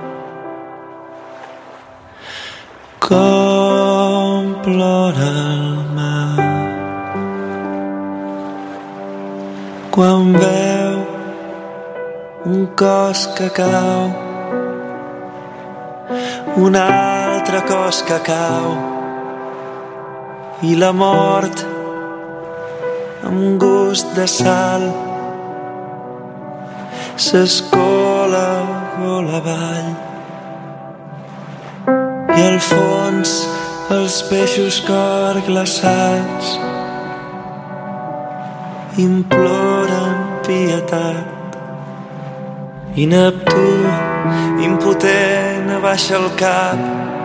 com plora el mar, quan veu un cos que cau un altre cos que cau i la mort amb gust de sal s'escola gol avall i al fons els peixos cor glaçats imploren pietat i Neptú impotent abaixa el cap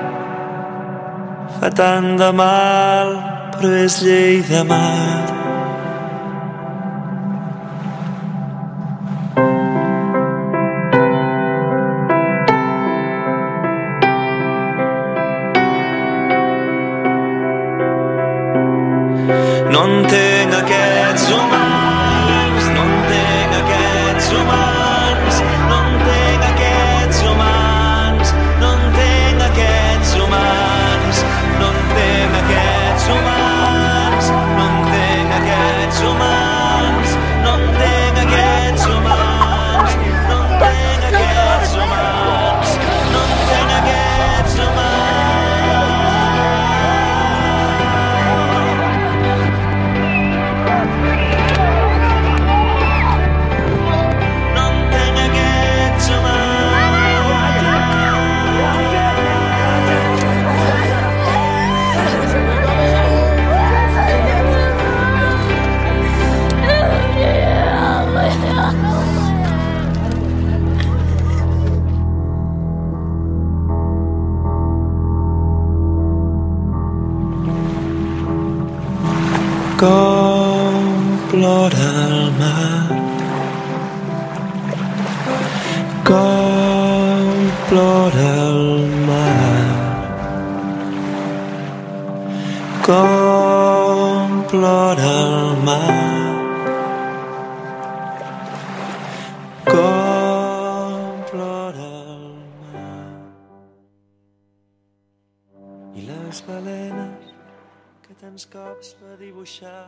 fa tant de mal però és llei de mar. No entenc aquests humans, no entenc aquests humans, no entenc aquests humans, no entenc aquests humans, no entenc aquests humans, no entenc aquests humans, no entenc aquests humans, no entenc aquests humans, no entenc aquests humans. Com plora el mar, com plora el mar, com plora el mar, com plora el mar. I les balenes que tants cops va dibuixar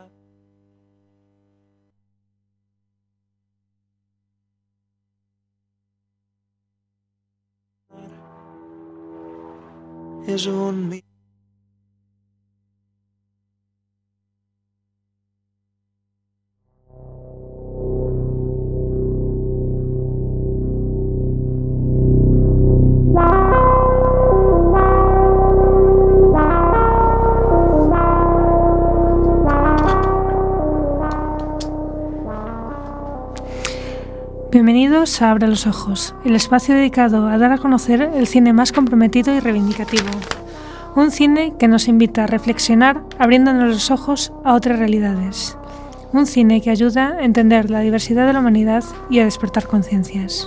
és un mi Bienvenidos a Abre los Ojos, el espacio dedicado a dar a conocer el cine más comprometido y reivindicativo. Un cine que nos invita a reflexionar abriéndonos los ojos a otras realidades. Un cine que ayuda a entender la diversidad de la humanidad y a despertar conciencias.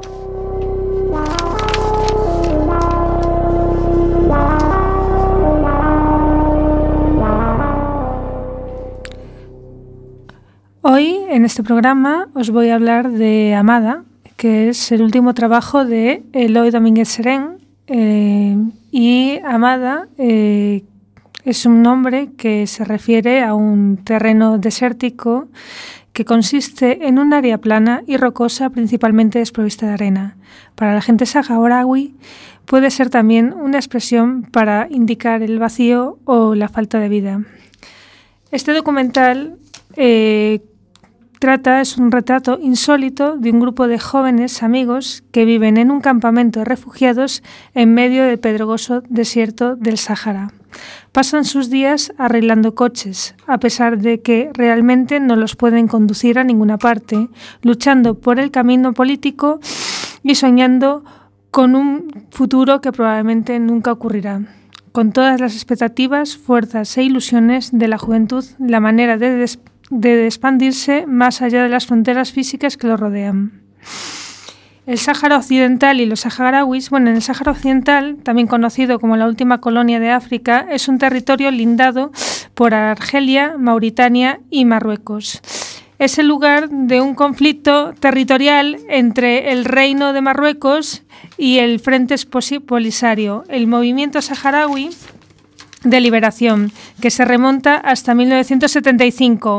Hoy, en este programa, os voy a hablar de Amada, que es el último trabajo de Eloi Domínguez Serén. Eh, y Amada eh, es un nombre que se refiere a un terreno desértico que consiste en un área plana y rocosa principalmente desprovista de arena. Para la gente saharaui puede ser también una expresión para indicar el vacío o la falta de vida. Este documental eh, trata, es un retrato insólito de un grupo de jóvenes amigos que viven en un campamento de refugiados en medio del pedregoso desierto del Sáhara. Pasan sus días arreglando coches, a pesar de que realmente no los pueden conducir a ninguna parte, luchando por el camino político y soñando con un futuro que probablemente nunca ocurrirá. Con todas las expectativas, fuerzas e ilusiones de la juventud, la manera de des- de expandirse más allá de las fronteras físicas que lo rodean. El Sáhara Occidental y los saharauis, bueno, en el Sáhara Occidental, también conocido como la última colonia de África, es un territorio lindado por Argelia, Mauritania y Marruecos. Es el lugar de un conflicto territorial entre el Reino de Marruecos y el Frente Polisario, el movimiento saharaui de liberación, que se remonta hasta mil novecientos setenta y cinco,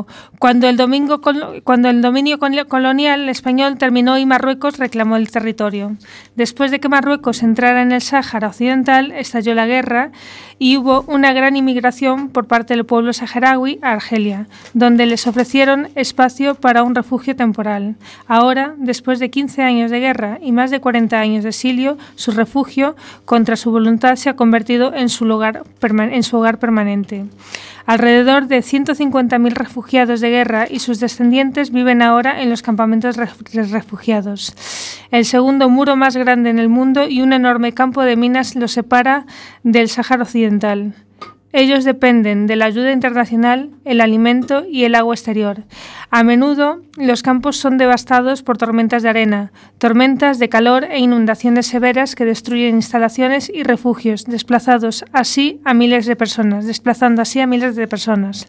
Cuando el, domingo, cuando el dominio colonial español terminó y Marruecos reclamó el territorio. Después de que Marruecos entrara en el Sáhara Occidental, estalló la guerra y hubo una gran inmigración por parte del pueblo saharaui a Argelia, donde les ofrecieron espacio para un refugio temporal. Ahora, después de quince años de guerra y más de cuarenta años de exilio, su refugio, contra su voluntad, se ha convertido en su hogar, en su hogar permanente. Alrededor de ciento cincuenta mil refugiados de guerra y sus descendientes viven ahora en los campamentos de refugiados. El segundo muro más grande en el mundo y un enorme campo de minas los separa del Sáhara Occidental. Ellos dependen de la ayuda internacional, el alimento y el agua exterior. A menudo, los campos son devastados por tormentas de arena, tormentas de calor e inundaciones severas que destruyen instalaciones y refugios, desplazados así a miles de personas, desplazando así a miles de personas.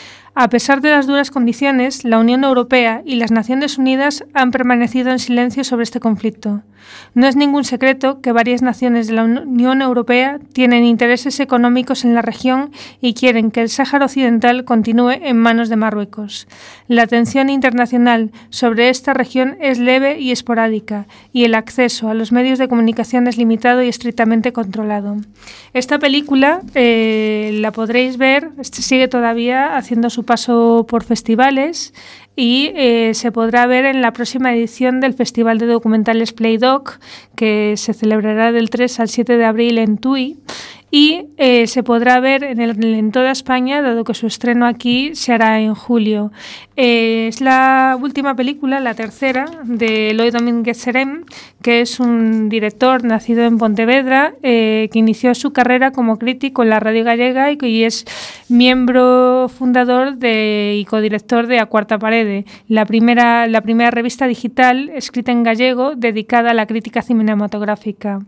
A pesar de las duras condiciones, la Unión Europea y las Naciones Unidas han permanecido en silencio sobre este conflicto. No es ningún secreto que varias naciones de la Unión Europea tienen intereses económicos en la región y quieren que el Sáhara Occidental continúe en manos de Marruecos. La atención internacional sobre esta región es leve y esporádica, y el acceso a los medios de comunicación es limitado y estrictamente controlado. Esta película eh, la podréis ver, sigue todavía haciendo su paso por festivales y eh, se podrá ver en la próxima edición del Festival de Documentales Playdoc, que se celebrará del tres al siete de abril en Tui, y eh, se podrá ver en, el, en toda España, dado que su estreno aquí se hará en julio. Eh, es la última película, la tercera, de Eloi Domínguez Serén, que es un director nacido en Pontevedra, eh, que inició su carrera como crítico en la radio gallega y que es miembro fundador de, y codirector de A Cuarta Parede, la primera, la primera revista digital escrita en gallego dedicada a la crítica cinematográfica.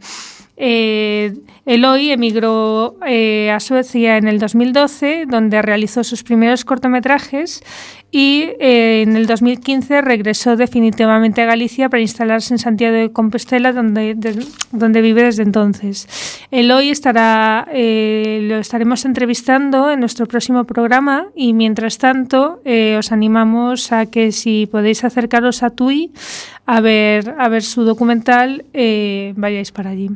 Eh, Eloi emigró eh, a Suecia en el dos mil doce, donde realizó sus primeros cortometrajes, y eh, en el dos mil quince regresó definitivamente a Galicia para instalarse en Santiago de Compostela, donde, de, donde vive desde entonces. Eloi estará, eh, lo estaremos entrevistando en nuestro próximo programa, y mientras tanto eh, os animamos a que, si podéis acercaros a Tui a ver, a ver su documental, eh, vayáis para allí.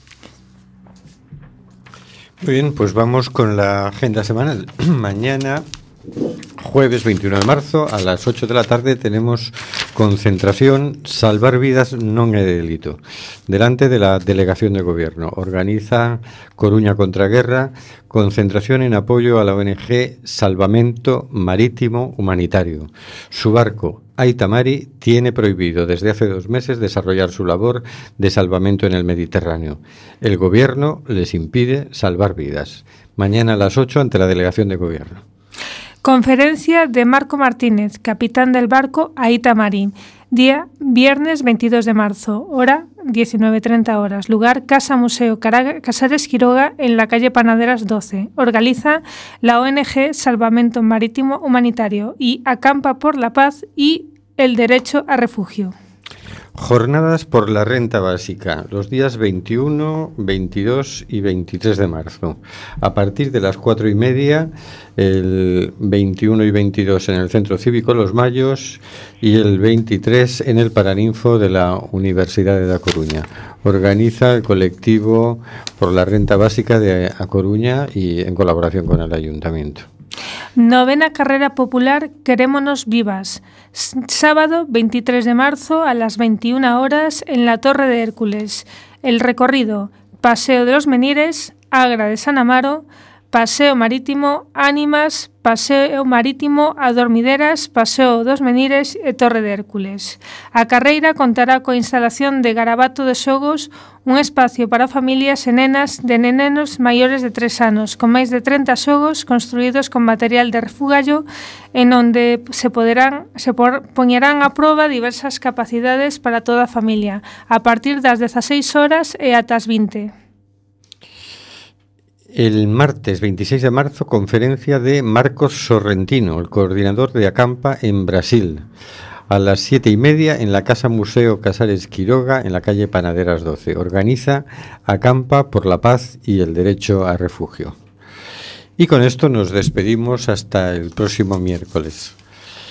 Muy bien, pues vamos con la agenda semanal. Mañana, jueves veintiuno de marzo, a las ocho de la tarde, tenemos concentración Salvar Vidas Non é Delito, delante de la Delegación de Gobierno. Organiza Coruña Contra Guerra, concentración en apoyo a la O N G Salvamento Marítimo Humanitario. Su barco, Aita Mari, tiene prohibido desde hace dos meses desarrollar su labor de salvamento en el Mediterráneo. El Gobierno les impide salvar vidas. Mañana a las ocho ante la Delegación de Gobierno. Conferencia de Marco Martínez, capitán del barco Aita Mari. Día viernes veintidós de marzo, hora diecinueve treinta horas. Lugar Casa Museo Casares Quiroga en la calle Panaderas doce. Organiza la O N G Salvamento Marítimo Humanitario y Acampa por la Paz y el Derecho a Refugio. Jornadas por la renta básica, los días veintiuno, veintidós y veintitrés de marzo. A partir de las cuatro y media, el veintiuno y veintidós en el Centro Cívico Los Mayos y el veintitrés en el Paraninfo de la Universidad de A Coruña. Organiza el colectivo por la renta básica de A Coruña y en colaboración con el Ayuntamiento. Novena carrera popular Querémonos Vivas. Sábado veintitrés de marzo a las veintiuna horas en la Torre de Hércules. El recorrido: Paseo de los Menires, Agra de San Amaro, Paseo Marítimo Ánimas, Paseo Marítimo a Dormideras, Paseo dos Menires e Torre de Hércules. A carreira contará coa instalación de Garabato de Xogos, un espacio para familias e nenas de nenenos maiores de tres anos, con máis de trinta xogos construídos con material de refugallo, en onde se poderán se por, poñerán a proba diversas capacidades para toda a familia, a partir das dezaseis horas e ata as vinte. El martes veintiséis de marzo, conferencia de Marcos Sorrentino, el coordinador de Acampa en Brasil, a las siete y media en la Casa Museo Casares Quiroga, en la calle Panaderas doce. Organiza Acampa por la Paz y el Derecho a Refugio. Y con esto nos despedimos hasta el próximo miércoles.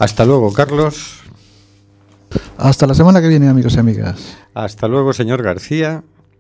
Hasta luego, Carlos. Hasta la semana que viene, amigos y amigas. Hasta luego, señor García.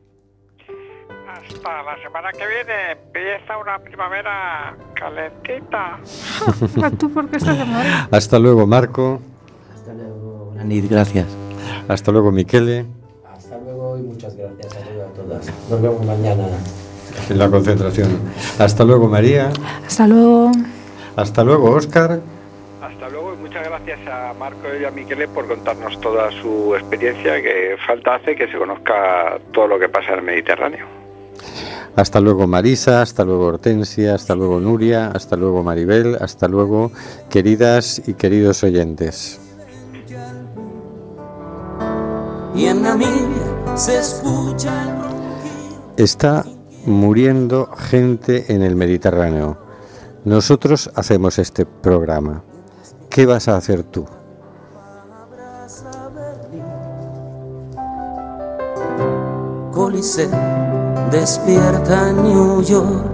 Hasta la semana que viene empieza una primavera calentita. ¿Tú por qué estás de mal? Hasta luego, Marco. Hasta luego, Granit, gracias. Hasta luego, Miquele. Hasta luego y muchas gracias a todas. Nos vemos mañana. En la concentración. Hasta luego, María. Hasta luego. Hasta luego, Óscar. Hasta luego y muchas gracias a Marco y a Miquele por contarnos toda su experiencia, que falta hace que se conozca todo lo que pasa en el Mediterráneo. Hasta luego, Marisa. Hasta luego, Hortensia. Hasta luego, Nuria. Hasta luego, Maribel. Hasta luego, queridas y queridos oyentes. Y en Namibia se escucha el ronquido. Está muriendo gente en el Mediterráneo. Nosotros hacemos este programa. ¿Qué vas a hacer tú? Coliseo despierta en New York.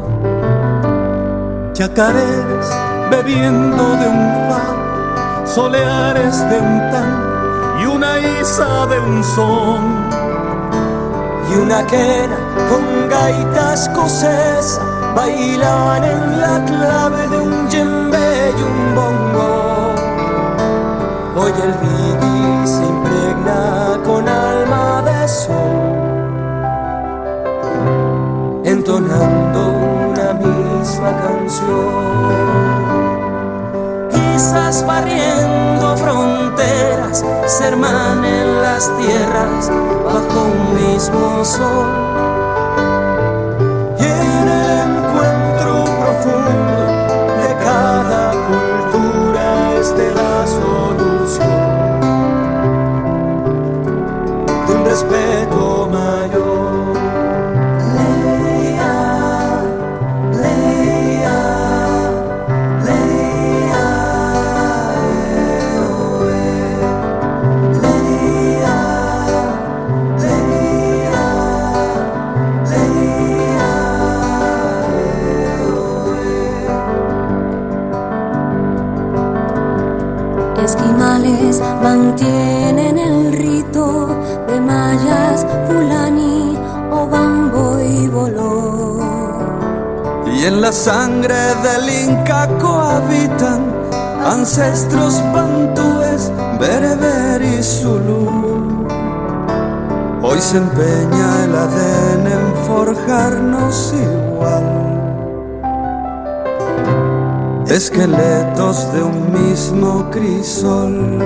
Chacareras bebiendo de un far, soleares de un tan y una isa de un son. Y una quena con gaita escocesa bailaban en la clave de un djembe y un bongo. Hoy el reggae se impregna con alma de sol, entonando una misma canción. Quizás barriendo fronteras se hermanen las tierras bajo un mismo sol. Y en el encuentro profundo de cada cultura esté la solución de un respeto mayor. Esquimales mantienen el rito de mayas, fulani, obambo y boló. Y en la sangre del Inca cohabitan ancestros bantúes, bereber y zulú. Hoy se empeña el A D N en forjarnos igual, esqueletos de un mismo crisol.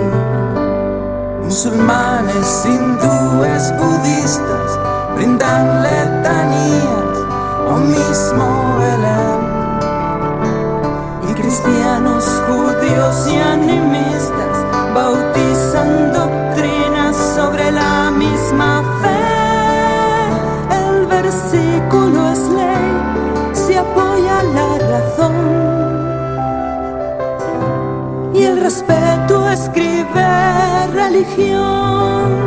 Musulmanes, hindúes, budistas brindan letanías o mismo Belén. Y cristianos, judíos y animistas bautizan doctrinas sobre la misma fe. El versículo es ley, se apoya la razón. Y el respeto escribe religión.